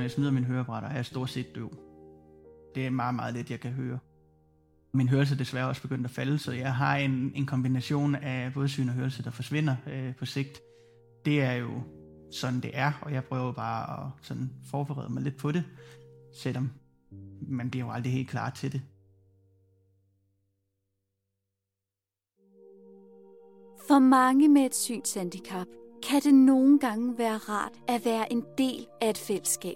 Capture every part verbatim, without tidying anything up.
når jeg smider min hørebrætter, er jeg stort set døv. Det er meget, meget let, jeg kan høre. Min hørelse er desværre også begyndt at falde, så jeg har en, en kombination af både syn og hørelse, der forsvinder øh, på sigt. Det er jo sådan, det er, og jeg prøver bare at sådan forberede mig lidt på det, selvom man bliver jo aldrig helt klar til det. For mange med et synshandicap kan det nogle gange være rart at være en del af et fællesskab.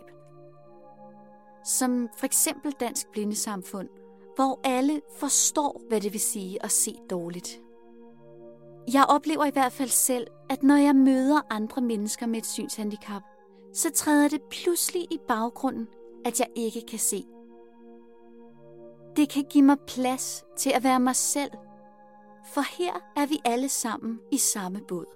Som for eksempel Dansk Blindesamfund, hvor alle forstår, hvad det vil sige at se dårligt. Jeg oplever i hvert fald selv, at når jeg møder andre mennesker med et synshandicap, så træder det pludselig i baggrunden, at jeg ikke kan se. Det kan give mig plads til at være mig selv, for her er vi alle sammen i samme båd.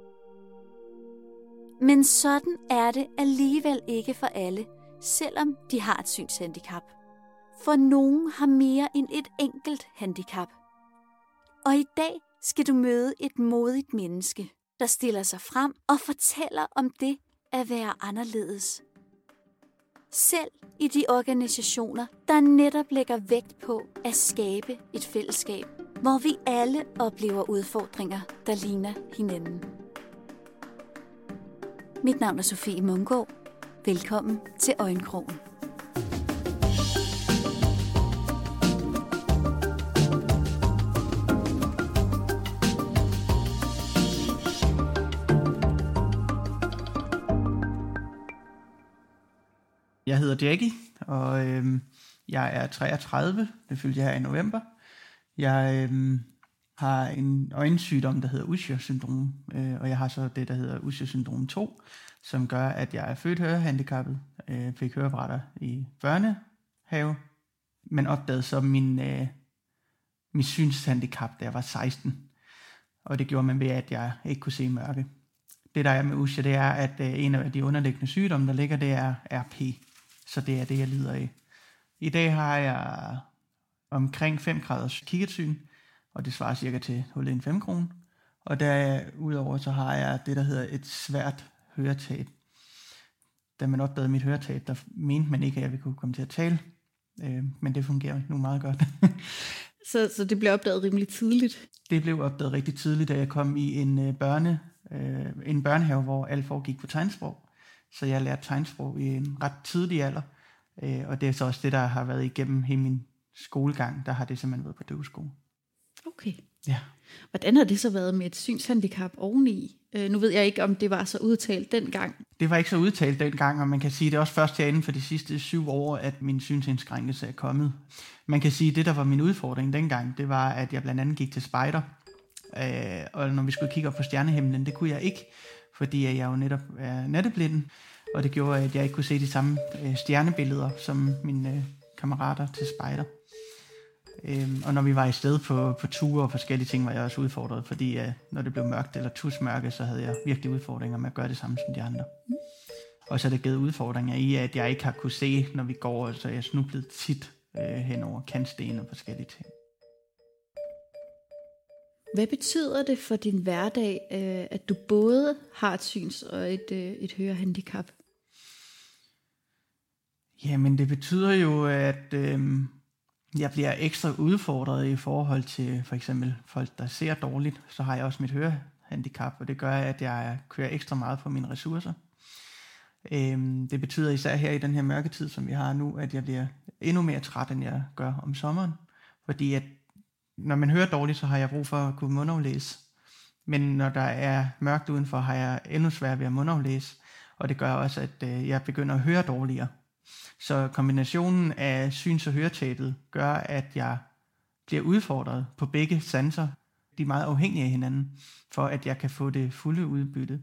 Men sådan er det alligevel ikke for alle, selvom de har et synshandicap. For nogen har mere end et enkelt handicap. Og i dag skal du møde et modigt menneske, der stiller sig frem og fortæller om det at være anderledes. Selv i de organisationer, der netop lægger vægt på at skabe et fællesskab, hvor vi alle oplever udfordringer, der ligner hinanden. Mit navn er Sofie Mungård. Velkommen til Øjenkrogen. Jeg hedder Jackie, og øhm, jeg er treogtredive. Det fyldte jeg her i november. Jeg øhm, har en øjensygdom, der hedder Usher-syndrom, øh, og jeg har så det, der hedder Usher-syndrom to, som gør, at jeg er født hørehandicappet, øh, fik hørebrætter i børnehave, men opdagede så min, øh, min synshandicap, da jeg var seksten. Og det gjorde man ved, at jeg ikke kunne se i mørke. Det, der er med Usher, det er, at øh, en af de underliggende sygdomme, der ligger, det er R P. Så det er det, jeg lider af. I dag har jeg omkring fem graders kikketsyn, og det svarer cirka til nul komma en fem kroner. Og derudover så har jeg det, der hedder et svært høretab. Da man opdagede mit høretab, der mente man ikke, at jeg ville kunne komme til at tale. Øh, men det fungerer nu meget godt. så, så det blev opdaget rimelig tidligt? Det blev opdaget rigtig tidligt, da jeg kom i en, øh, børne, øh, en børnehave, hvor alt foregik på tegnsprog. Så jeg lærte tegnsprog i en ret tidlig alder. Øh, og det er så også det, der har været igennem hele min skolegang. Der har det simpelthen været på døveskole. Okay. Ja. Hvordan har det så været med et synshandicap oveni? Øh, nu ved jeg ikke, om det var så udtalt dengang. Det var ikke så udtalt dengang, og man kan sige, det er også først herinde for de sidste syv år, at min synsindskrænkelse er kommet. Man kan sige, at det, der var min udfordring dengang, det var, at jeg blandt andet gik til spejder. Øh, og når vi skulle kigge op på stjernehimlen, det kunne jeg ikke, fordi jeg jo netop er natteblinden, og det gjorde, at jeg ikke kunne se de samme øh, stjernebilleder som mine øh, kammerater til spejder. Øhm, og når vi var i sted på, på ture og forskellige ting, var jeg også udfordret, fordi øh, når det blev mørkt eller tusmørke, så havde jeg virkelig udfordringer med at gøre det samme som de andre. Mm. Og så er det givet udfordringer i, at jeg ikke har kunne se, når vi går, så jeg snublede tit øh, hen over kantsten og forskellige ting. Hvad betyder det for din hverdag, øh, at du både har et syns- og et, øh, et hørehandicap? Jamen det betyder jo, at øh, jeg bliver ekstra udfordret i forhold til for eksempel folk, der ser dårligt. Så har jeg også mit hørehandicap, og det gør, at jeg kører ekstra meget på mine ressourcer. Øh, det betyder især her i den her mørketid, som vi har nu, at jeg bliver endnu mere træt, end jeg gør om sommeren. Fordi at når man hører dårligt, så har jeg brug for at kunne mundaflæse. Men når der er mørkt udenfor, har jeg endnu sværere ved at mundaflæse. Og det gør også, at øh, jeg begynder at høre dårligere. Så kombinationen af syns- og høretabet gør, at jeg bliver udfordret på begge sanser. De er meget afhængige af hinanden, for at jeg kan få det fulde udbytte.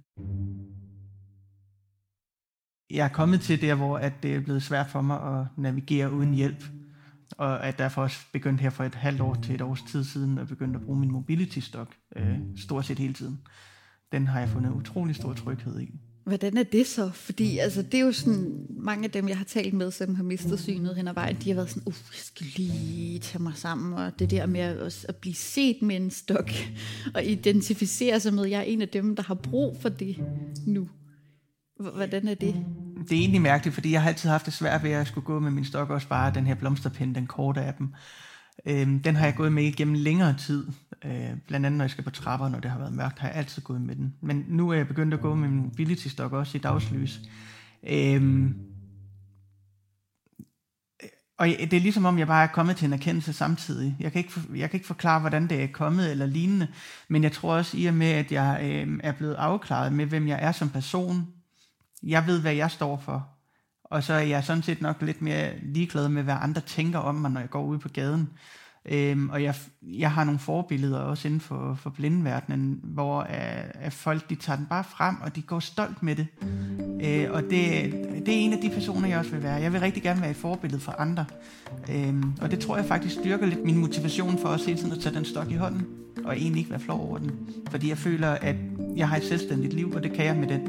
Jeg er kommet til der, hvor at det er blevet svært for mig at navigere uden hjælp. Og at derfor også begyndt her for et halvt år til et års tid siden at begynde at bruge min mobility stok øh, stort set hele tiden. Den har jeg fundet utrolig stor tryghed i. Hvordan er det så? Fordi altså, det er jo sådan, mange af dem, jeg har talt med, som har mistet synet hen ad vejen, de har været sådan, uff, jeg skal lige tage mig sammen, og det der med at, at blive set med en stok, og identificere sig med, jeg er en af dem, der har brug for det nu. Hvordan er det? Det er egentlig mærkeligt, fordi jeg har altid haft det svært ved at skulle gå med min stok, også bare den her blomsterpind, den korte af dem. Øhm, den har jeg gået med igennem længere tid. Øh, blandt andet når jeg skal på trapper, når det har været mørkt, har jeg altid gået med den. Men nu er jeg begyndt at gå med min mobility-stok også i dagslys. Øhm, og det er ligesom om, jeg bare er kommet til en erkendelse samtidig. Jeg kan ikke, jeg kan ikke forklare, hvordan det er kommet eller lignende, men jeg tror også i og med, at jeg øh, er blevet afklaret med, hvem jeg er som person. Jeg ved, hvad jeg står for. Og så er jeg sådan set nok lidt mere ligeglad med, hvad andre tænker om mig, når jeg går ud på gaden. Øhm, og jeg, jeg har nogle forbilleder også inden for, for blindeverdenen, hvor at, at folk de tager den bare frem, og de går stolt med det. Øh, og det, det er en af de personer, jeg også vil være. Jeg vil rigtig gerne være et forbillede for andre. Øhm, og det tror jeg faktisk styrker lidt min motivation for også hele tiden at tage den stok i hånden, og egentlig ikke være flov over den. Fordi jeg føler, at jeg har et selvstændigt liv, og det kan jeg med den.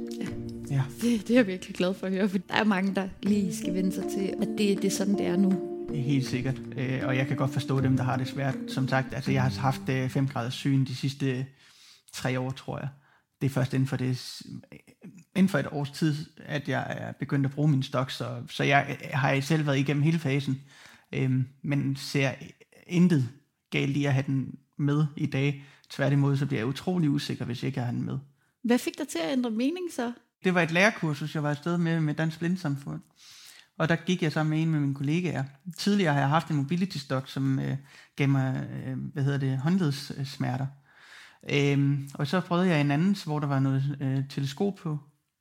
Ja. Det, det er jeg virkelig glad for at høre, for der er mange, der lige skal vende sig til, at det, det er sådan, det er nu. Helt sikkert, øh, og jeg kan godt forstå dem, der har det svært. Som sagt, altså jeg har haft øh, fem graders syn de sidste tre år, tror jeg. Det er først inden for, det, inden for et års tid, at jeg er begyndt at bruge min stok, så, så jeg har selv været igennem hele fasen, øh, men ser intet galt i at have den med i dag. Tværtimod, så bliver jeg utrolig usikker, hvis jeg ikke har den med. Hvad fik dig til at ændre mening så? Det var et lærerkursus, jeg var afsted med med Dansk Blindesamfund. Og der gik jeg så med en med mine kollegaer. Tidligere har jeg haft en mobility-stok, som øh, gav mig øh, hvad hedder det, håndledssmerter. Øhm, og så prøvede jeg en anden, hvor der var noget øh, teleskop på.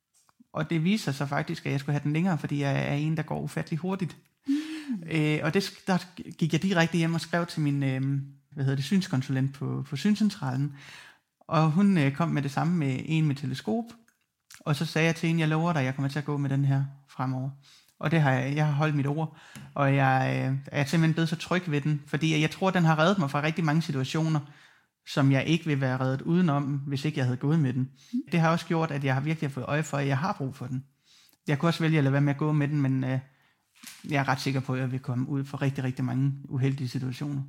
Og det viste sig faktisk, at jeg skulle have den længere, fordi jeg er en, der går ufattelig hurtigt. Mm. Øh, og det, der gik jeg direkte hjem og skrev til min øh, hvad hedder det, synskonsulent på, på Synscentralen. Og hun øh, kom med det samme med en med teleskop. Og så sagde jeg til hende, jeg lover dig, jeg kommer til at gå med den her fremover. Og det har jeg, jeg har holdt mit ord, og jeg øh, er simpelthen blevet så tryg ved den, fordi jeg tror, den har reddet mig fra rigtig mange situationer, som jeg ikke vil være reddet udenom, hvis ikke jeg havde gået med den. Det har også gjort, at jeg har virkelig fået øje for, at jeg har brug for den. Jeg kunne også vælge at lade være med at gå med den, men øh, jeg er ret sikker på, at jeg vil komme ud for rigtig, rigtig mange uheldige situationer.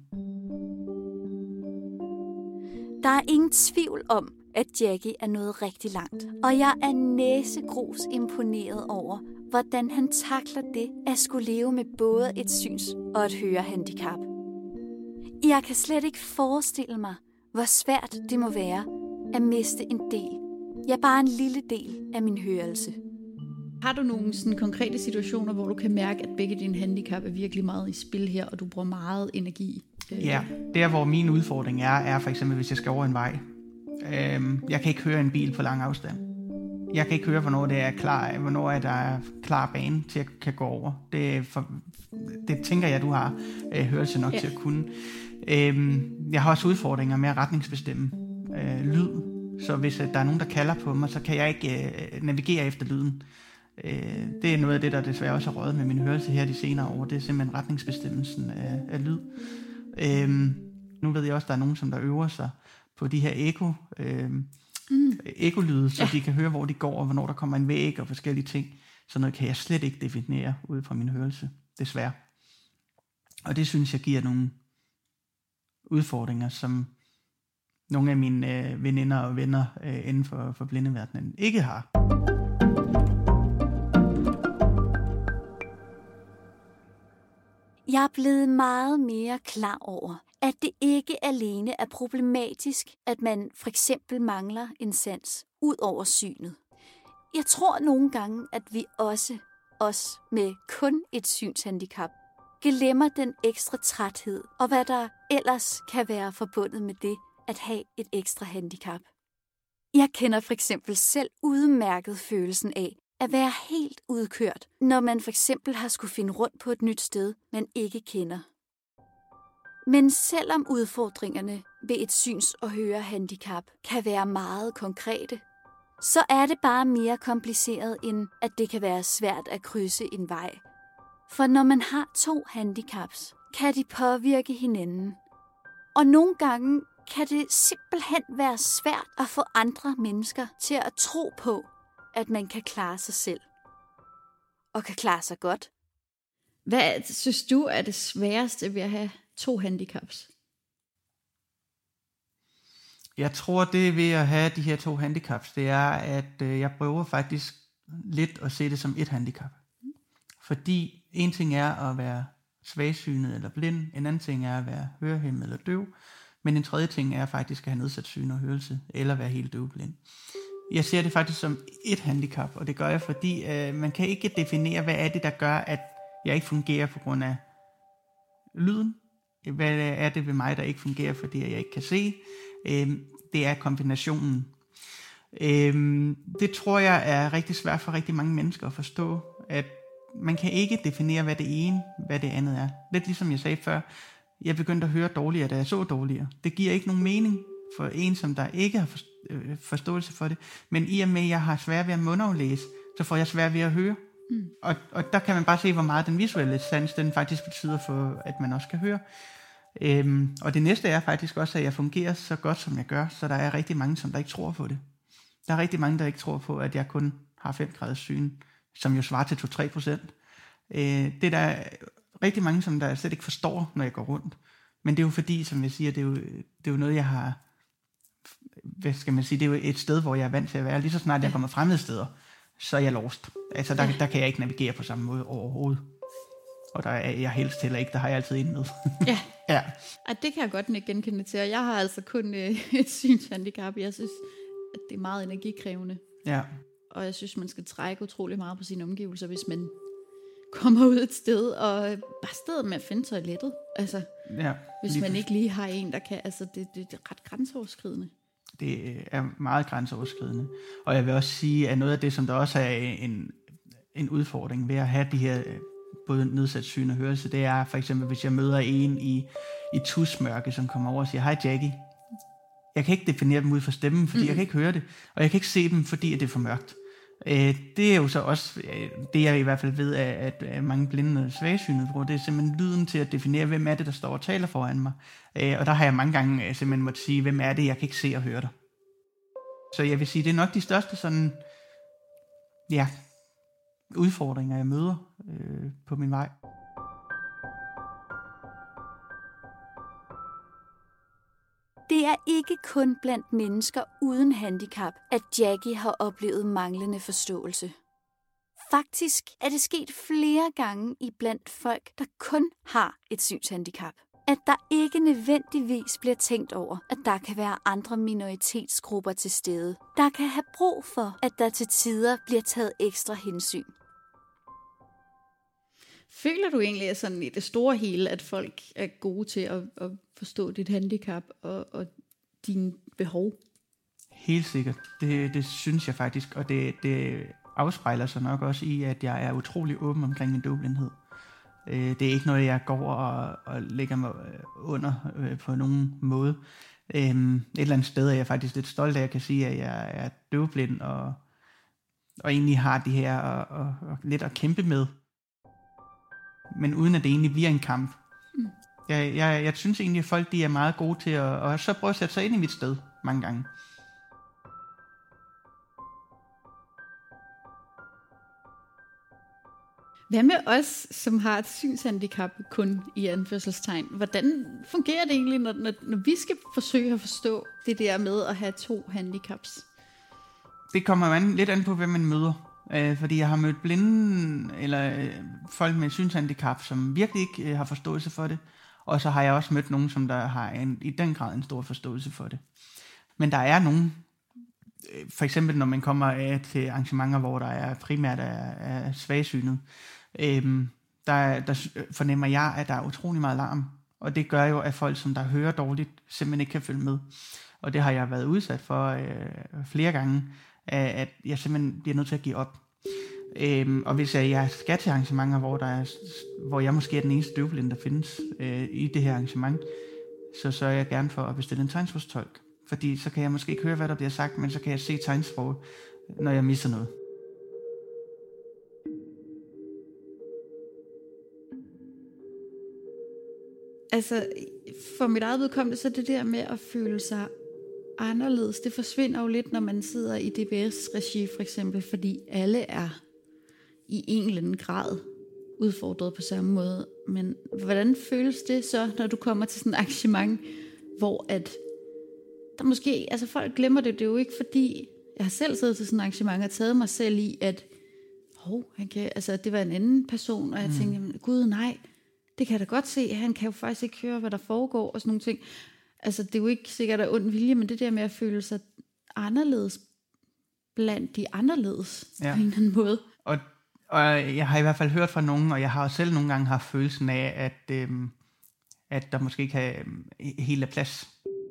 Der er ingen tvivl om, at Jackie er nået rigtig langt, og jeg er næsegrus imponeret over, hvordan han takler det at skulle leve med både et syns- og et hørehandicap. Jeg kan slet ikke forestille mig, hvor svært det må være at miste en del, ja bare en lille del af min hørelse. Har du nogle sådan konkrete situationer, hvor du kan mærke, at begge dine handicap er virkelig meget i spil her, og du bruger meget energi? Ja, der hvor min udfordring er, er for eksempel, hvis jeg skal over en vej. Jeg kan ikke høre en bil på lang afstand. Jeg kan ikke høre, hvornår det er klar, hvornår er der er klar bane til at kan gå over. Det, for, det tænker jeg, du har øh, hørelse nok ja. til at kunne. Øhm, jeg har også udfordringer med at retningsbestemme øh, lyd. Så hvis øh, der er nogen, der kalder på mig, så kan jeg ikke øh, navigere efter lyden. Øh, det er noget af det, der desværre også har røget med min hørelse her de senere år. Det er simpelthen retningsbestemmelsen af, af lyd. Øhm, nu ved jeg også, at der er nogen, som der øver sig på de her eko, øh, mm. ekolyde, så ja. de kan høre, hvor de går, og hvornår der kommer en væg og forskellige ting. Sådan noget kan jeg slet ikke definere ud fra min hørelse, desværre. Og det synes jeg giver nogle udfordringer, som nogle af mine øh, veninder og venner øh, inden for, for blindeverdenen ikke har. Jeg er blevet meget mere klar over, at det ikke alene er problematisk, at man for eksempel mangler en sans ud over synet. Jeg tror nogle gange, at vi også, os med kun et synshandicap, glemmer den ekstra træthed og hvad der ellers kan være forbundet med det at have et ekstra handicap. Jeg kender for eksempel selv udmærket følelsen af at være helt udkørt, når man for eksempel har skulle finde rundt på et nyt sted, man ikke kender. Men selvom udfordringerne ved et syns- og hørehandicap kan være meget konkrete, så er det bare mere kompliceret, end at det kan være svært at krydse en vej. For når man har to handicaps, kan de påvirke hinanden. Og nogle gange kan det simpelthen være svært at få andre mennesker til at tro på, at man kan klare sig selv. Og kan klare sig godt. Hvad synes du er det sværeste ved at have to handicaps? Jeg tror, det ved at have de her to handicaps, det er, at jeg prøver faktisk lidt at se det som et handicap. Fordi en ting er at være svagsynet eller blind, en anden ting er at være hørehæmmet eller døv, men en tredje ting er faktisk at have nedsat syn og hørelse, eller være helt døvblind. Jeg ser det faktisk som et handicap, og det gør jeg, fordi øh, man kan ikke definere, hvad er det, der gør, at jeg ikke fungerer på grund af lyden. Hvad er det ved mig, der ikke fungerer, fordi jeg ikke kan se? Øh, det er kombinationen. Øh, det tror jeg er rigtig svært for rigtig mange mennesker at forstå, at man kan ikke definere, hvad det ene, hvad det andet er. Lidt ligesom jeg sagde før, jeg begyndte at høre dårligere, da jeg så dårligere. Det giver ikke nogen mening for en, som der ikke har forståelse for det. Men i og med, at jeg har svært ved at mundaflæse, så får jeg svært ved at høre. Mm. Og, og der kan man bare se, hvor meget den visuelle sans, den faktisk betyder for, at man også kan høre. Øhm, og det næste er faktisk også, at jeg fungerer så godt, som jeg gør, så der er rigtig mange, som der ikke tror på det. Der er rigtig mange, der ikke tror på, at jeg kun har fem graders syn, som jo svarer til to til tre procent. Øh, det er der rigtig mange, som der slet ikke forstår, når jeg går rundt. Men det er jo fordi, som jeg siger, det er jo, det er jo noget, jeg har... Hvad skal man sige? Det er jo et sted, hvor jeg er vant til at være. Lige så snart jeg kommer fremmede steder, så er jeg lost. Altså, der, der kan jeg ikke navigere på samme måde overhovedet. Og der er jeg helst heller ikke, der har jeg altid en med. Ja. Ja. Og det kan jeg godt ikke genkende til. Jeg har altså kun øh, et synshandicap. Jeg synes, at det er meget energikrævende. Ja. Og jeg synes, man skal trække utrolig meget på sine omgivelser, hvis man kommer ud et sted, og bare stedet med at finde toilettet. Altså, ja, hvis man ikke lige har en, der kan, altså det, det, det er ret grænseoverskridende. Det er meget grænseoverskridende. Og jeg vil også sige, at noget af det, som der også er en, en udfordring ved at have de her både nedsat syn og hørelse, det er for eksempel, hvis jeg møder en i, i tusmørke, som kommer over og siger, hej Jackie. Jeg kan ikke definere dem ud fra stemmen, fordi mm. jeg kan ikke høre det. Og jeg kan ikke se dem, fordi det er for mørkt. Det er jo så også det, jeg i hvert fald ved, at mange blinde og svagsynede bruger. Det er simpelthen lyden til at definere, hvem er det, der står og taler foran mig. Og der har jeg mange gange simpelthen måttet sige, hvem er det, jeg kan ikke se og høre dig. Så jeg vil sige, det er nok de største sådan, ja, udfordringer, jeg møder øh, på min vej. Det er ikke kun blandt mennesker uden handicap, at Jackie har oplevet manglende forståelse. Faktisk er det sket flere gange i blandt folk, der kun har et synshandicap. At der ikke nødvendigvis bliver tænkt over, at der kan være andre minoritetsgrupper til stede, der kan have brug for, at der til tider bliver taget ekstra hensyn. Føler du egentlig sådan i det store hele, at folk er gode til at, at forstå dit handicap og, og dine behov? Helt sikkert. Det, det synes jeg faktisk, og det, det afspejler sig nok også i, at jeg er utrolig åben omkring min døvblindhed. Det er ikke noget, jeg går og, og lægger mig under på nogen måde. Et eller andet sted er jeg faktisk lidt stolt af, at jeg kan sige, at jeg er døvblind og, og egentlig har det her og, og, og lidt at kæmpe med. Men uden at det egentlig bliver en kamp. Mm. Jeg, jeg, jeg synes egentlig, at folk de er meget gode til at og så prøve at sætte sig ind i mit sted mange gange. Hvad med os, som har et synshandicap kun i anførselstegn? Hvordan fungerer det egentlig, når, når, når vi skal forsøge at forstå det der med at have to handicaps? Det kommer an, lidt an på, hvem man møder. Øh, fordi jeg har mødt blinde eller øh, folk med synshandicap, som virkelig ikke øh, har forståelse for det. Og så har jeg også mødt nogen, som der har en, i den grad en stor forståelse for det. Men der er nogen, øh, for eksempel når man kommer øh, til arrangementer, hvor der er primært er, er svagsynet, øh, der, der fornemmer jeg, at der er utrolig meget larm. Og det gør jo, at folk, som der hører dårligt, simpelthen ikke kan følge med. Og det har jeg været udsat for øh, flere gange, at jeg simpelthen bliver nødt til at give op. Øhm, og hvis jeg, jeg skal til arrangementer, hvor, der er, hvor jeg måske er den eneste døvblinde, der findes øh, i det her arrangement, så sørger jeg gerne for at bestille en tegnsprogstolk. Fordi så kan jeg måske ikke høre, hvad der bliver sagt, men så kan jeg se tegnsprog, når jeg misser noget. Altså, for mit eget vedkommende, så det der med at føle sig anderledes, det forsvinder jo lidt, når man sidder i D B S-regi for eksempel, fordi alle er i en eller anden grad udfordret på samme måde. Men hvordan føles det så, når du kommer til sådan et arrangement, hvor at der måske, altså folk glemmer det, det er jo ikke fordi, jeg har selv siddet til sådan et arrangement og taget mig selv i, at hov, han kan, altså det var en anden person, og jeg mm. tænkte, jamen, gud nej, det kan jeg da godt se, han kan jo faktisk ikke høre, hvad der foregår, og sådan nogle ting. Altså det er jo ikke sikkert af ond vilje, men det der med at føle sig anderledes blandt de anderledes, ja. På en eller anden måde. Og, og jeg har i hvert fald hørt fra nogen, og jeg har også selv nogle gange haft følelsen af, at, øhm, at der måske ikke er helt af plads.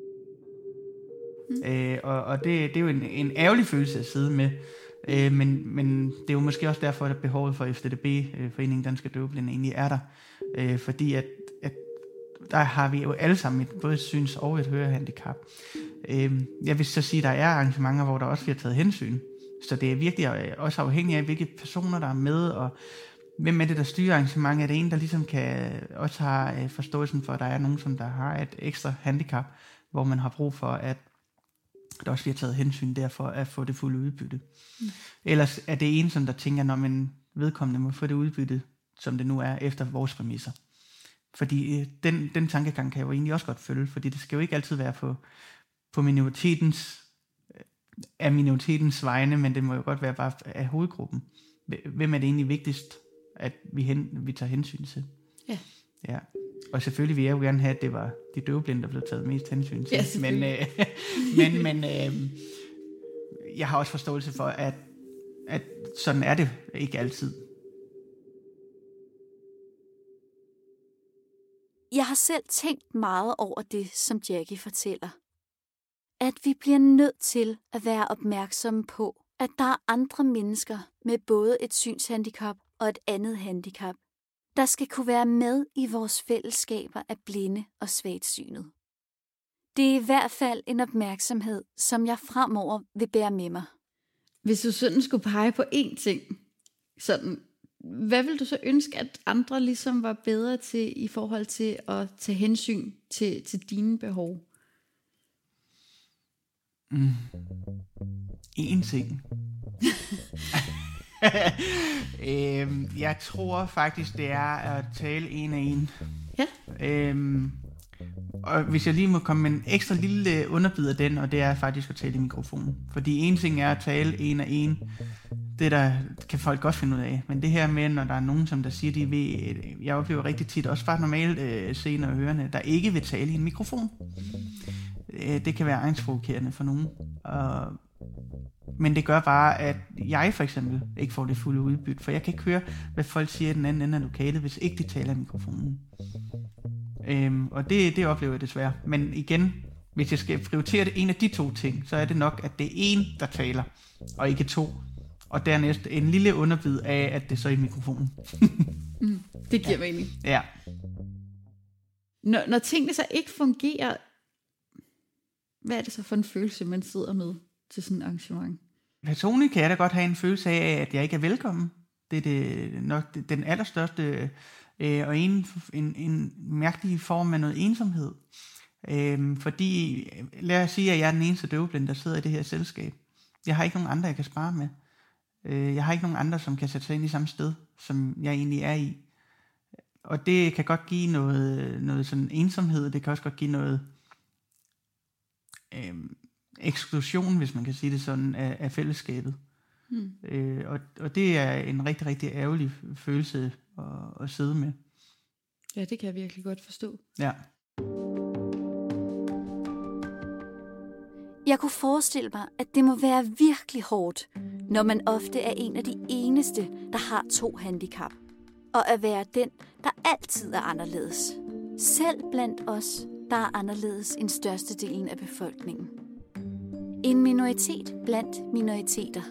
Mm. Øh, og og det, det er jo en, en ærgerlig følelse at sidde med, øh, men, men det er jo måske også derfor, at behovet for F D D B, øh, Foreningen Danske Døvblinde, egentlig er der. Øh, fordi at, at der har vi jo alle sammen et, både et syns- og et hørehandicap. Øh, jeg vil så sige, at der er arrangementer, hvor der også bliver taget hensyn. Så det er virkelig også afhængigt af, hvilke personer, der er med, og hvem er det, der styrer arrangementet. Er det en, der ligesom kan også have forståelsen for, at der er nogen, som der har et ekstra handicap, hvor man har brug for, at der også bliver taget hensyn derfor at få det fulde udbytte. Mm. Ellers er det en, som der tænker, når man vedkommende må få det udbytte, som det nu er, efter vores præmisser. Fordi den, den tankegang kan jeg jo egentlig også godt følge, fordi det skal jo ikke altid være på, på minoritetens, af minoritetens vegne, men det må jo godt være bare af hovedgruppen. Hvem er det egentlig vigtigst, at vi, hen, vi tager hensyn til? Ja. Ja. Og selvfølgelig vil jeg jo gerne have, at det var de døvblinde, der blev taget mest hensyn til. Ja, men øh, men, men øh, jeg har også forståelse for, at, at sådan er det ikke altid. Jeg har selv tænkt meget over det, som Jackie fortæller. At vi bliver nødt til at være opmærksomme på, at der er andre mennesker med både et synshandicap og et andet handicap, der skal kunne være med i vores fællesskaber af blinde og svagtsynet. Det er i hvert fald en opmærksomhed, som jeg fremover vil bære med mig. Hvis du sådan skulle pege på én ting, sådan, hvad vil du så ønske, at andre ligesom var bedre til i forhold til at tage hensyn til, til dine behov? Mm. En ting. øhm, jeg tror faktisk, det er at tale en af en. Ja. Øhm, og hvis jeg lige må komme med en ekstra lille underbid af den, og det er faktisk at tale i mikrofonen. Fordi en ting er at tale en af en. Det der kan folk godt finde ud af. Men det her med, når der er nogen, som der siger, de ved, jeg oplever rigtig tit, også bare normalt øh, seende og hørende, der ikke vil tale i en mikrofon. Øh, det kan være angstprovokerende for nogen. Og men det gør bare, at jeg for eksempel ikke får det fulde udbytte, for jeg kan ikke høre, hvad folk siger i den anden ende af lokalet, hvis ikke de taler i mikrofonen. Øhm, og det, det oplever jeg desværre. Men igen, hvis jeg skal prioritere det en af de to ting, så er det nok, at det er en, der taler, og ikke to. Og dernæst en lille underbid af, at det så er i mikrofonen. mm, det giver ja. mening. Ja. Når, når tingene så ikke fungerer, hvad er det så for en følelse, man sidder med til sådan et arrangement? Personligt kan jeg da godt have en følelse af, at jeg ikke er velkommen. Det er det, nok den allerstørste øh, og en, en, en mærkelig form af noget ensomhed. Øh, fordi, lad os sige, at jeg er den eneste døvblinde, der sidder i det her selskab. Jeg har ikke nogen andre, jeg kan spare med. Øh, jeg har ikke nogen andre, som kan sætte sig ind i samme sted, som jeg egentlig er i. Og det kan godt give noget, noget sådan ensomhed, det kan også godt give noget øh, eksklusion, hvis man kan sige det sådan, af, af fællesskabet. Hmm. Øh, og, og det er en rigtig, rigtig ærgerlig følelse at, at sidde med. Ja, det kan jeg virkelig godt forstå. Ja. Jeg kunne forestille mig, at det må være virkelig hårdt, når man ofte er en af de eneste, der har to handicap. Og at være den, der altid er anderledes. Selv blandt os, der er anderledes end størstedelen af befolkningen. En minoritet blandt minoriteter.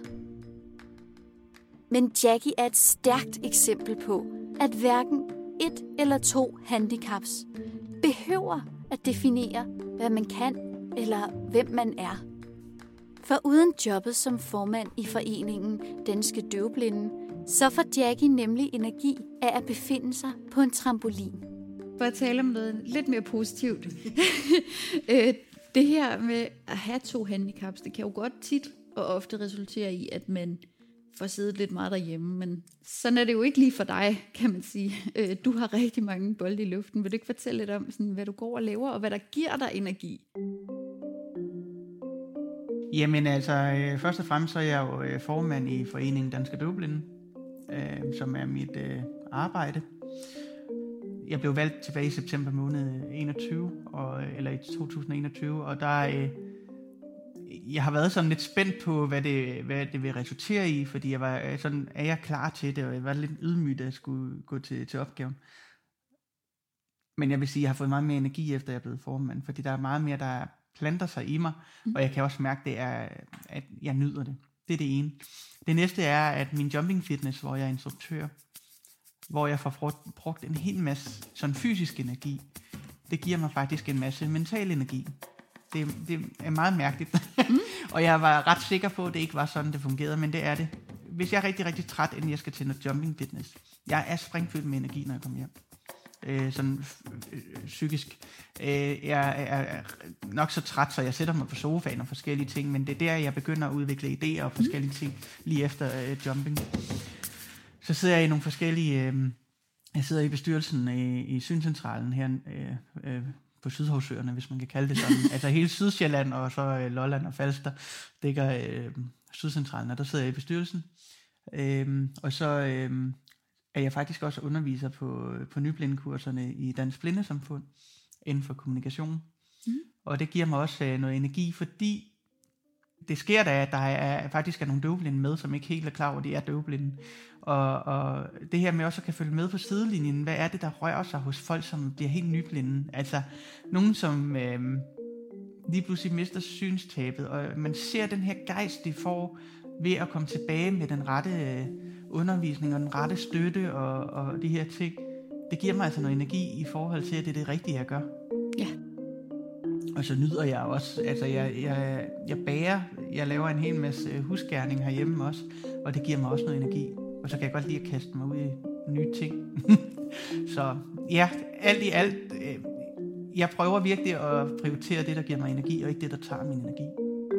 Men Jackie er et stærkt eksempel på, at hverken et eller to handicaps behøver at definere, hvad man kan eller hvem man er. For uden jobbet som formand i foreningen Danske Døvblinde, så får Jackie nemlig energi af at befinde sig på en trampolin. For at tale om noget lidt mere positivt. Det her med at have to handicaps, det kan jo godt tit og ofte resultere i, at man får siddet lidt meget derhjemme. Men sådan er det jo ikke lige for dig, kan man sige. Du har rigtig mange bolde i luften. Vil du ikke fortælle lidt om, sådan, hvad du går og laver, og hvad der giver dig energi? Jamen altså, først og fremmest så er jeg jo formand i Foreningen Danske Døvblinde. øh, som er mit øh, arbejde. Jeg blev valgt tilbage i september måned enogtyve, og, eller i to tusind enogtyve, og der øh, jeg har været sådan lidt spændt på, hvad det, hvad det vil resultere i, fordi jeg var sådan, er jeg klar til det, og jeg var lidt ydmyg, da jeg skulle gå til, til opgaven. Men jeg vil sige, at jeg har fået meget mere energi, efter jeg er blevet formand, fordi der er meget mere, der planter sig i mig, mm. og jeg kan også mærke, det er, at jeg nyder det. Det er det ene. Det næste er, at min jumping fitness, hvor jeg er instruktør, hvor jeg får brugt en hel masse sådan fysisk energi, det giver mig faktisk en masse mental energi. Det, det er meget mærkeligt. Mm. Og jeg var ret sikker på, at det ikke var sådan, det fungerede, men det er det. Hvis jeg er rigtig, rigtig træt, inden jeg skal til noget jumping fitness, jeg er springfyldt med energi, når jeg kommer hjem. Øh, sådan øh, psykisk. Øh, jeg er nok så træt, så jeg sætter mig på sofaen og forskellige ting, men det er der, jeg begynder at udvikle idéer og forskellige ting, lige efter øh, jumping. Så sidder jeg i nogle forskellige... Øh, jeg sidder i bestyrelsen i, i Syncentralen her øh, øh, på Sydhavsøerne, hvis man kan kalde det sådan. Altså hele Sydsjælland og så øh, Lolland og Falster dækker øh, Sydcentralen, og der sidder jeg i bestyrelsen. Øh, og så øh, er jeg faktisk også underviser på, på nyblindekurserne i Dansk Blindesamfund inden for kommunikation. Mm. Og det giver mig også øh, noget energi, fordi det sker da, at der er, faktisk er nogle døvblinde med, som ikke helt er klar over, at de er døvblinde. Og, og det her med også at kan følge med på sidelinjen, hvad er det, der rører sig hos folk, som bliver helt nyblinde? Altså, nogen, som øh, lige pludselig mister synstabet, og man ser den her gejst, de får ved at komme tilbage med den rette øh, undervisning og den rette støtte og, og de her ting. Det giver mig altså noget energi i forhold til, at det er det rigtige, jeg gør. Ja. Og så nyder jeg også, altså jeg, jeg, jeg bager, jeg laver en hel masse husgerning herhjemme også, og det giver mig også noget energi. Og så kan jeg godt lide at kaste mig ud i nye ting. Så ja, alt i alt, øh, jeg prøver virkelig at prioritere det, der giver mig energi, og ikke det, der tager min energi.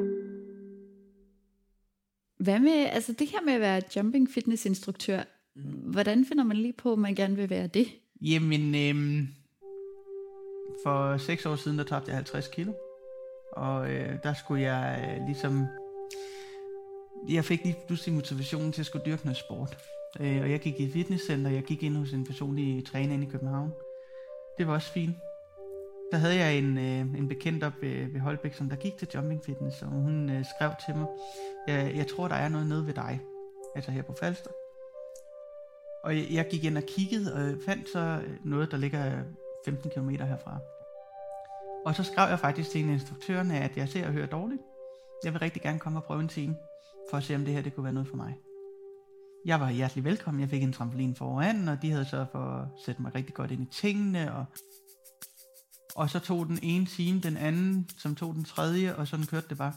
Hvad med, altså det her med at være jumping fitness instruktør, mm. hvordan finder man lige på, at man gerne vil være det? Jamen, øh, for seks år siden, der tabte jeg halvtreds kilo, og øh, der skulle jeg øh, ligesom, jeg fik lige pludselig motivationen til at skulle dyrke noget sport, øh, og jeg gik i et fitnesscenter, jeg gik ind hos en personlig træner inde i København. Det var også fint. Der havde jeg en, øh, en bekendt op ved, ved Holbæk, som der gik til jumping fitness, og hun øh, skrev til mig, jeg, jeg tror, der er noget nede ved dig, altså her på Falster. Og jeg, jeg gik ind og kiggede, og fandt så noget, der ligger femten kilometer herfra. Og så skrev jeg faktisk til en af instruktørerne, at jeg ser og hører dårligt. Jeg vil rigtig gerne komme og prøve en time, for at se, om det her det kunne være noget for mig. Jeg var hjertelig velkommen, jeg fik en trampolin foran, og de havde så for at sætte mig rigtig godt ind i tingene, og Og så tog den ene time, den anden, som tog den tredje, og sådan kørte det bare.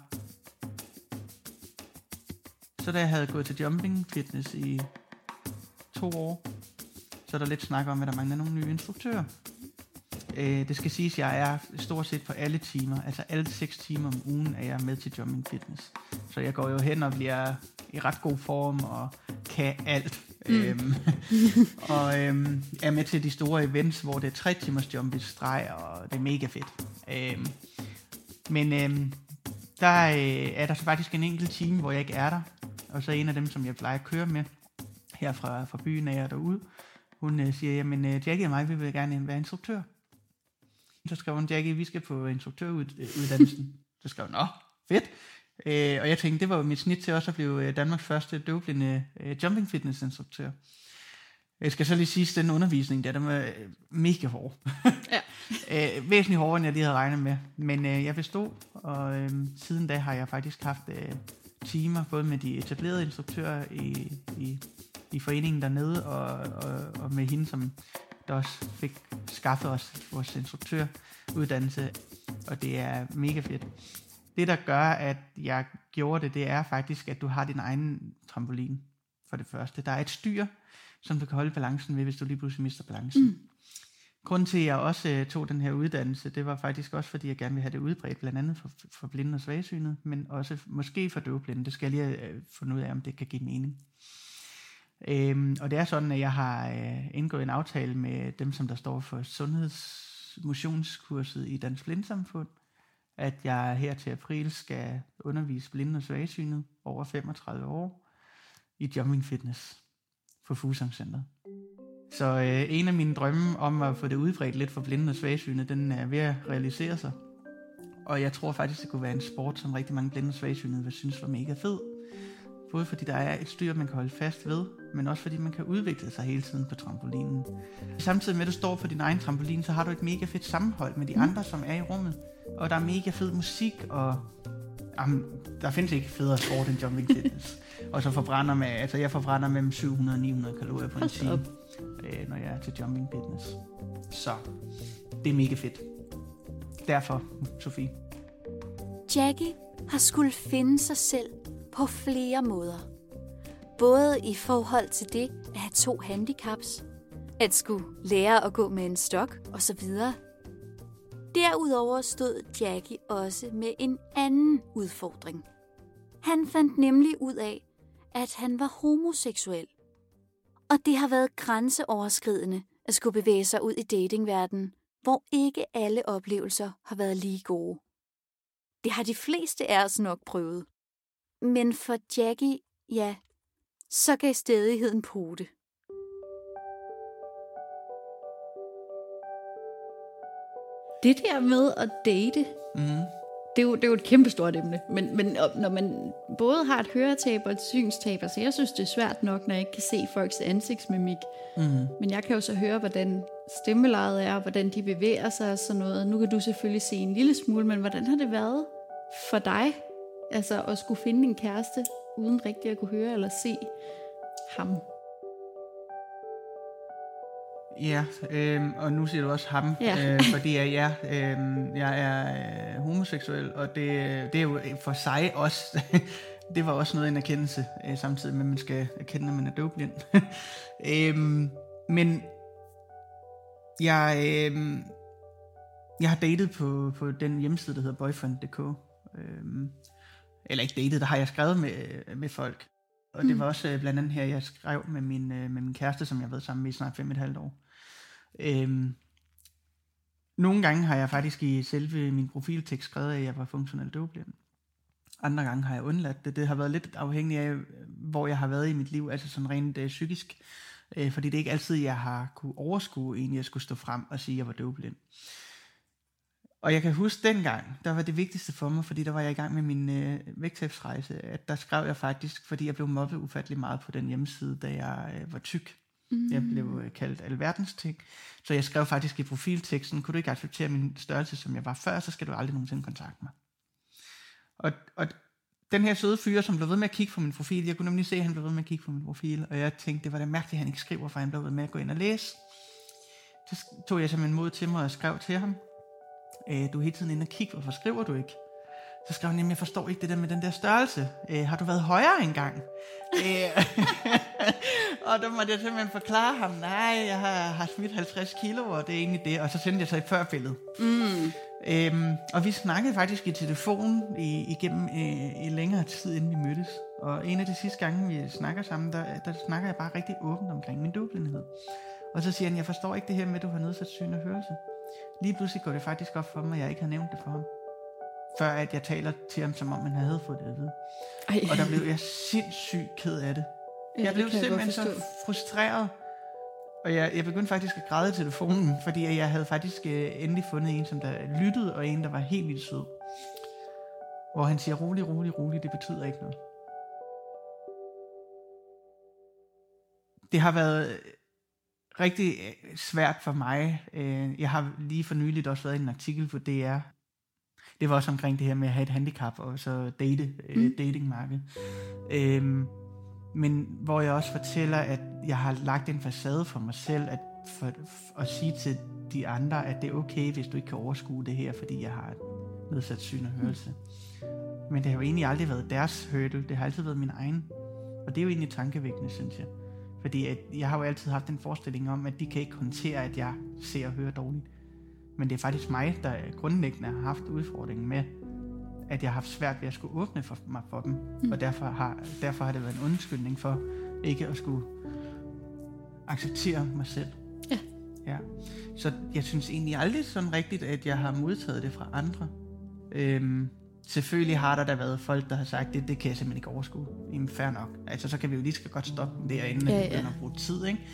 Så da jeg havde gået til jumping fitness i to år, så er der lidt snak om, at der mangler nogle nye instruktører. Øh, det skal siges, at jeg er stort set på alle timer, altså alle seks timer om ugen er jeg med til jumping fitness. Så jeg går jo hen og bliver i ret god form og kan alt. Mm. Øhm, og øhm, er med til de store events, hvor det er tre timers jump i streg, og det er mega fedt. Øhm, men øhm, der øh, er der så faktisk en enkelt time, hvor jeg ikke er der. Og så en af dem, som jeg plejer at køre med, her fra, fra byen af og derude, hun øh, siger, jamen øh, Jackie og mig, vi vil gerne være instruktør. Så skrev hun, Jackie, vi skal på instruktøruddannelsen. Så skrev hun, nå, fedt. Øh, og jeg tænkte, det var jo mit snit til også at blive Danmarks første døvblinde øh, jumping fitness instruktør. Jeg skal så lige sige, at den undervisning der, den var øh, mega hård. Ja. øh, væsentligt hårdere, end jeg lige havde regnet med. Men øh, jeg bestod, og øh, siden da har jeg faktisk haft øh, timer, både med de etablerede instruktører i, i, i foreningen dernede, og, og, og med hende, som der også fik skaffet os vores instruktøruddannelse. Og det er mega fedt. Det, der gør, at jeg gjorde det, det er faktisk, at du har din egen trampolin, for det første. Der er et styr, som du kan holde balancen ved, hvis du lige pludselig mister balancen. Mm. Grunden til, at jeg også uh, tog den her uddannelse, det var faktisk også, fordi jeg gerne vil have det udbredt, blandt andet for, for blinde og svagsynede, men også måske for døvblinde. Det skal jeg lige uh, finde ud af, om det kan give mening. Um, og det er sådan, at jeg har uh, indgået en aftale med dem, som der står for sundhedsmotionskurset i Dansk Blindesamfund, at jeg her til april skal undervise blinde og svagsynede over femogtredive år i jumping fitness. på Fuglsang Centret. Så øh, en af mine drømme om at få det udbredt lidt for blinde og svagsynede, den er ved at realisere sig. Og jeg tror faktisk, det kunne være en sport, som rigtig mange blinde og svagsynede vil synes var mega fed. Både fordi der er et styr, man kan holde fast ved, men også fordi man kan udvikle sig hele tiden på trampolinen. Samtidig med, at du står på din egen trampolin, så har du et mega fedt sammenhold med de andre, som er i rummet. Og der er mega fed musik, og jamen, der findes ikke federe sport end jumping fitness. Og så forbrænder med, altså jeg forbrænder mellem syv hundrede og ni hundrede kalorier på en time, øh, når jeg er til jumping fitness. Så det er mega fedt. Derfor, Sofie. Jackie har skulle finde sig selv på flere måder. Både i forhold til det at have to handicaps, at skulle lære at gå med en stok osv. Derudover stod Jackie også med en anden udfordring. Han fandt nemlig ud af, at han var homoseksuel. Og det har været grænseoverskridende at skulle bevæge sig ud i datingverdenen, hvor ikke alle oplevelser har været lige gode. Det har de fleste af os nok prøvet. Men for Jackie, ja, så gav stædigheden pote. Det der med at date, Mm. det er jo, det er jo et kæmpestort emne. Men, men når man både har et høretab og et synstab, så altså jeg synes, det er svært nok, når jeg ikke kan se folks ansigtsmimik. Mm. Men jeg kan jo så høre, hvordan stemmelejet er, hvordan de bevæger sig og sådan noget. Nu kan du selvfølgelig se en lille smule, men hvordan har det været for dig, altså at skulle finde en kæreste, uden rigtig at kunne høre eller se ham? Ja, øh, og nu siger du også ham, Ja. øh, fordi jeg, ja, øh, jeg er øh, homoseksuel, og det, det er jo for sig også, det var også noget en erkendelse, øh, samtidig med, at man skal erkende, at man er døvblind. øh, men jeg, øh, jeg har datet på, på den hjemmeside, der hedder boyfriend punktum d k. Øh, eller ikke datet, der har jeg skrevet med, med folk. Og det var også øh, blandt andet her, jeg skrev med min, øh, med min kæreste, som jeg har været sammen med i snart fem og et halvt år. Øhm, nogle gange har jeg faktisk i selve min profiltekst skrevet, at jeg var funktionelt døvblind. Andre gange har jeg undladt det. Det har været lidt afhængigt af, hvor jeg har været i mit liv, altså sådan rent øh, psykisk. Øh, fordi det er ikke altid, jeg har kunne overskue, egentlig at skulle stå frem og sige, at jeg var døvblind. Og jeg kan huske dengang, der var det vigtigste for mig, fordi der var jeg i gang med min øh, vægttabsrejse, at der skrev jeg faktisk, fordi jeg blev mobbet ufattelig meget på den hjemmeside, da jeg øh, var tyk. Mm. Jeg blev øh, kaldt alverdens ting. Så jeg skrev faktisk i profilteksten, kunne du ikke acceptere min størrelse, som jeg var før, så skal du aldrig nogensinde kontakte mig. Og, og den her søde fyr, som blev ved med at kigge på min profil, jeg kunne nemlig se, at han blev ved med at kigge på min profil, og jeg tænkte, det var da mærkeligt, at han ikke skriver, for han blev ved med at gå ind og læse. Så tog jeg simpelthen mod til mig og skrev til ham, du er hele tiden inde og kigge, hvorfor skriver du ikke? Så skrev han nemlig, jeg forstår ikke det der med den der størrelse. Øh, har du været højere engang? øh, og der måtte jeg simpelthen forklare ham, nej, jeg har, har smidt halvtreds kilo, og det er egentlig det. Og så sendte jeg så et førbillede. Mm. Øhm, og vi snakkede faktisk i telefon i, igennem øh, i længere tid, inden vi mødtes. Og en af de sidste gange, vi snakker sammen, der, der snakker jeg bare rigtig åbent omkring min døvblindhed. Og så siger han, jeg forstår ikke det her med, at du har nedsat syn og hørelse. Lige pludselig går det faktisk op for mig, at jeg ikke har nævnt det for ham. Før at jeg taler til ham, som om han havde fået det at vide. Ej. Og der blev jeg sindssygt ked af det. Ja, jeg blev simpelthen så frustreret. Og jeg, jeg begyndte faktisk at græde i telefonen, fordi jeg havde faktisk øh, endelig fundet en, som der lyttede, og en, der var helt vildt sød. Hvor han siger, rolig, rolig, rolig, det betyder ikke noget. Det har været rigtig svært for mig. Jeg har lige for nyligt også været i en artikel på D R. Det var også omkring det her med at have et handicap og så date, mm. datingmarked. Øhm, men hvor jeg også fortæller, at jeg har lagt en facade for mig selv, at, for, for at sige til de andre, at det er okay, hvis du ikke kan overskue det her, fordi jeg har nedsat syn og hørelse. Mm. Men det har jo egentlig aldrig været deres hurdle, det har altid været min egen. Og det er jo egentlig tankevækkende, synes jeg. Fordi at jeg har jo altid haft en forestilling om, at de kan ikke håndtere, at jeg ser og hører dårligt. Men det er faktisk mig, der grundlæggende har haft udfordringen med, at jeg har haft svært ved at skulle åbne for mig for dem. Mm. Og derfor har, derfor har det været en undskyldning for ikke at skulle acceptere mig selv. Ja. Ja. Så jeg synes egentlig aldrig sådan rigtigt, at jeg har modtaget det fra andre. Øhm, Selvfølgelig har der da været folk, der har sagt, det, det kan jeg simpelthen ikke overskue. Jamen, fair nok. Altså, så kan vi jo lige så godt stoppe den derinde, Ja, ja, ja. ja. at bruge tid, ikke?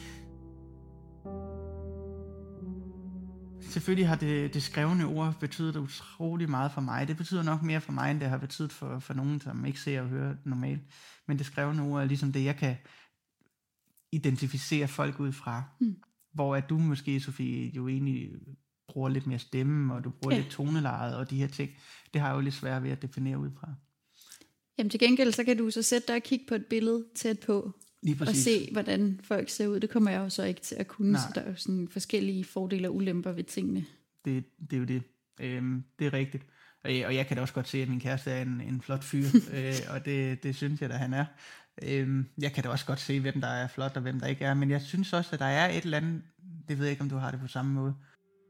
Selvfølgelig har det, det skrevne ord betydet utrolig meget for mig. Det betyder nok mere for mig, end det har betydet for, for nogen, som ikke ser og hører normalt. Men det skrevne ord er ligesom det, jeg kan identificere folk ud fra. Mm. Hvor at du måske, Sofie, jo egentlig bruger lidt mere stemme, og du bruger ja. lidt tonelejet og de her ting. Det har jeg jo lidt svært ved at definere ud fra. Jamen til gengæld, så kan du så sætte dig og kigge på et billede tæt på, og se, hvordan folk ser ud. Det kommer jeg jo så ikke til at kunne, Nej. Så der er jo sådan forskellige fordele og ulemper ved tingene. Det, det er jo det. Øhm, det er rigtigt. Og jeg, og jeg kan da også godt se, at min kæreste er en, en flot fyr, øh, og det, det synes jeg da, han er. Øhm, jeg kan da også godt se, hvem der er flot, og hvem der ikke er, men jeg synes også, at der er et eller andet, det ved jeg ikke, om du har det på samme måde.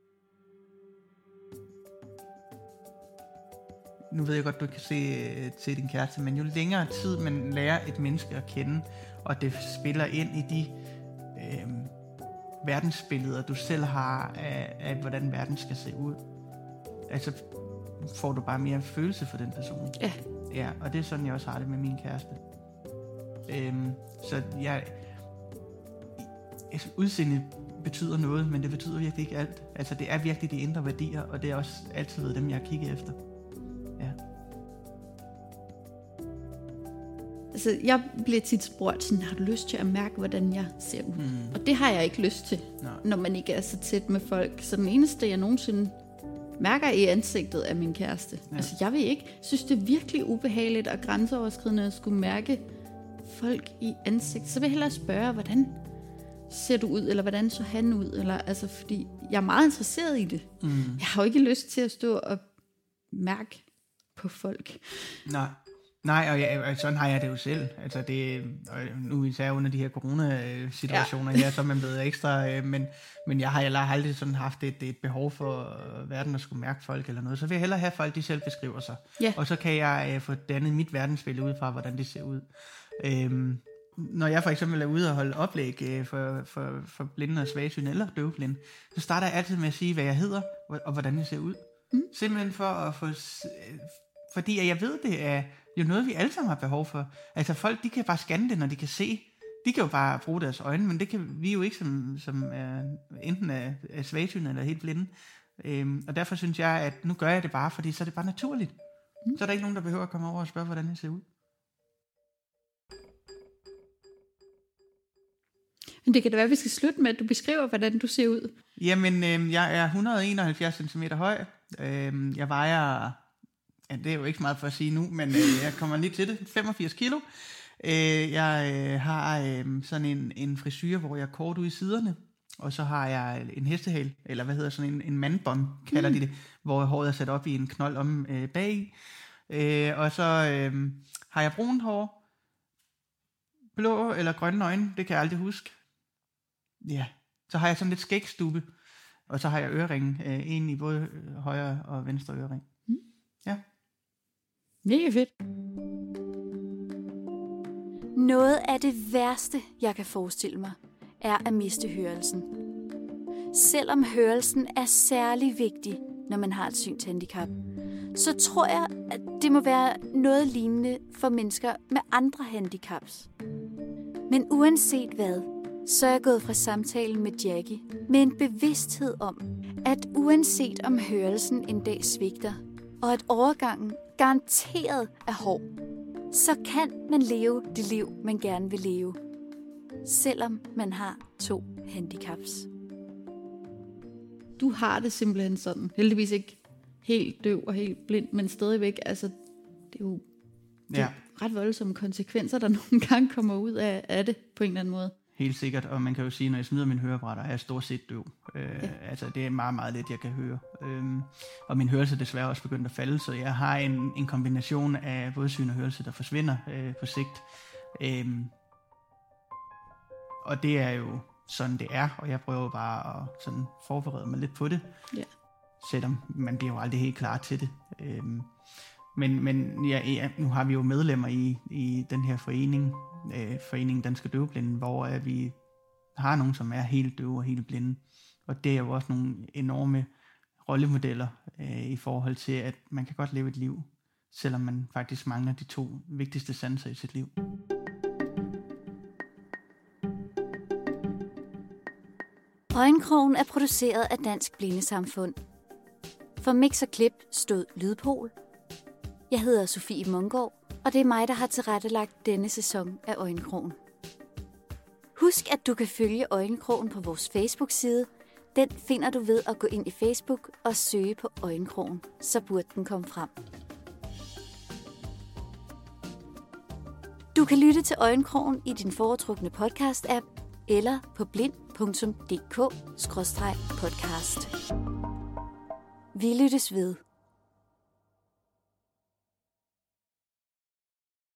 Nu ved jeg godt, du kan se til din kæreste, men jo længere tid man lærer et menneske at kende, og det spiller ind i de øh, verdensbilleder, du selv har af, af, hvordan verden skal se ud, altså får du bare mere følelse for den person. Ja. Ja, og det er sådan, jeg også har det med min kæreste. Øhm, så jeg... Altså, udseende betyder noget, men det betyder virkelig ikke alt. Altså, det er virkelig de indre værdier, og det er også altid ved dem, jeg kigger efter. Ja. Altså, jeg bliver tit spurgt sådan, har du lyst til at mærke, hvordan jeg ser ud? Mm. Og det har jeg ikke lyst til, Nej. Når man ikke er så tæt med folk. Så den eneste, jeg nogensinde mærker i ansigtet af min kæreste. Ja. Altså, jeg vil ikke synes, det er virkelig ubehageligt og grænseoverskridende at skulle mærke folk i ansigt. Så vil jeg hellere spørge, hvordan ser du ud, eller hvordan så han ud? Eller, altså, fordi jeg er meget interesseret i det. Mm. Jeg har jo ikke lyst til at stå og mærke på folk. Nej. Nej, og, jeg, og sådan har jeg det jo selv. Altså det, og nu især under de her corona-situationer ja. her, så er man blevet ekstra, men, men jeg har jeg har aldrig sådan haft et, et behov for verden at skulle mærke folk eller noget. Så vil jeg hellere have folk, de selv beskriver sig. Ja. Og så kan jeg uh, få dannet mit verdensbillede ud fra, hvordan det ser ud. Øhm, når jeg for eksempel er ude og holde oplæg uh, for, for, for blinde og svagsynede eller døvblinde, så starter jeg altid med at sige, hvad jeg hedder, og hvordan jeg ser ud. Mm. Simpelthen for at få... Fordi jeg ved, det er jo noget, vi alle sammen har behov for. Altså folk, de kan bare scanne det, når de kan se. De kan jo bare bruge deres øjne, men det kan vi jo ikke, som, som er, enten er, er svagsynede eller helt blinde. Øhm, og derfor synes jeg, at nu gør jeg det bare, fordi så er det bare naturligt. Mm. Så er der ikke nogen, der behøver at komme over og spørge, hvordan jeg ser ud. Men det kan da være, at vi skal slutte med, at du beskriver, hvordan du ser ud. Jamen, øh, jeg er et hundrede og enoghalvfjerds centimeter høj. Øh, jeg vejer... Ja, det er jo ikke så meget for at sige nu, men øh, jeg kommer lige til det. femogfirs kilo. Øh, jeg øh, har øh, sådan en, en frisyr, hvor jeg er kort ud i siderne. Og så har jeg en hestehæl, eller hvad hedder sådan en, en mandbånd, kalder mm. de det. Hvor håret er sat op i en knold om øh, bag. Øh, og så øh, har jeg brunt hår. Blå eller grønne øjne, det kan jeg aldrig huske. Ja, så har jeg sådan lidt skægstube. Og så har jeg øreringe. Øh, en i både højre og venstre ørering. Mm. Ja. Mega fedt. Noget af det værste, jeg kan forestille mig, er at miste hørelsen. Selvom hørelsen er særlig vigtig, når man har et synshandicap, så tror jeg, at det må være noget lignende for mennesker med andre handicaps. Men uanset hvad, så er jeg gået fra samtalen med Jackie med en bevidsthed om, at uanset om hørelsen en dag svigter, og at overgangen garanteret er hård, så kan man leve det liv, man gerne vil leve, selvom man har to handicaps. Du har det simpelthen sådan. Heldigvis ikke helt døv og helt blind, men stadigvæk, altså, det er jo det er ja. ret voldsomme konsekvenser, der nogle gange kommer ud af, af det på en eller anden måde. Helt sikkert, og man kan jo sige, når jeg smider mine hørebrætter, er jeg stort set døv. Øh, ja. Altså, det er meget, meget let, jeg kan høre. Øhm, og min hørelse er desværre også begyndt at falde, så jeg har en, en kombination af både syn og hørelse, der forsvinder øh, på sigt. Øhm, og det er jo sådan, det er, og jeg prøver bare at sådan forberede mig lidt på det. Ja. Selvom man bliver jo aldrig helt klar til det. Øhm, Men, men ja, ja, nu har vi jo medlemmer i, i den her forening, øh, Foreningen Danske Døvblinde, hvor øh, vi har nogen, som er helt døve og helt blinde. Og det er jo også nogle enorme rollemodeller øh, i forhold til, at man kan godt leve et liv selvom man faktisk mangler de to vigtigste sanser i sit liv. Øjenkrogen er produceret af Dansk Blindesamfund. For mix og klip stod Lydpol. Jeg hedder Sofie Mungård, og det er mig, der har tilrettelagt denne sæson af Øjenkrogen. Husk, at du kan følge Øjenkrogen på vores Facebook-side. Den finder du ved at gå ind i Facebook og søge på Øjenkrogen, så burde den komme frem. Du kan lytte til Øjenkrogen i din foretrukne podcast-app eller på blind punktum d k skråstreg podcast. Vi lyttes ved.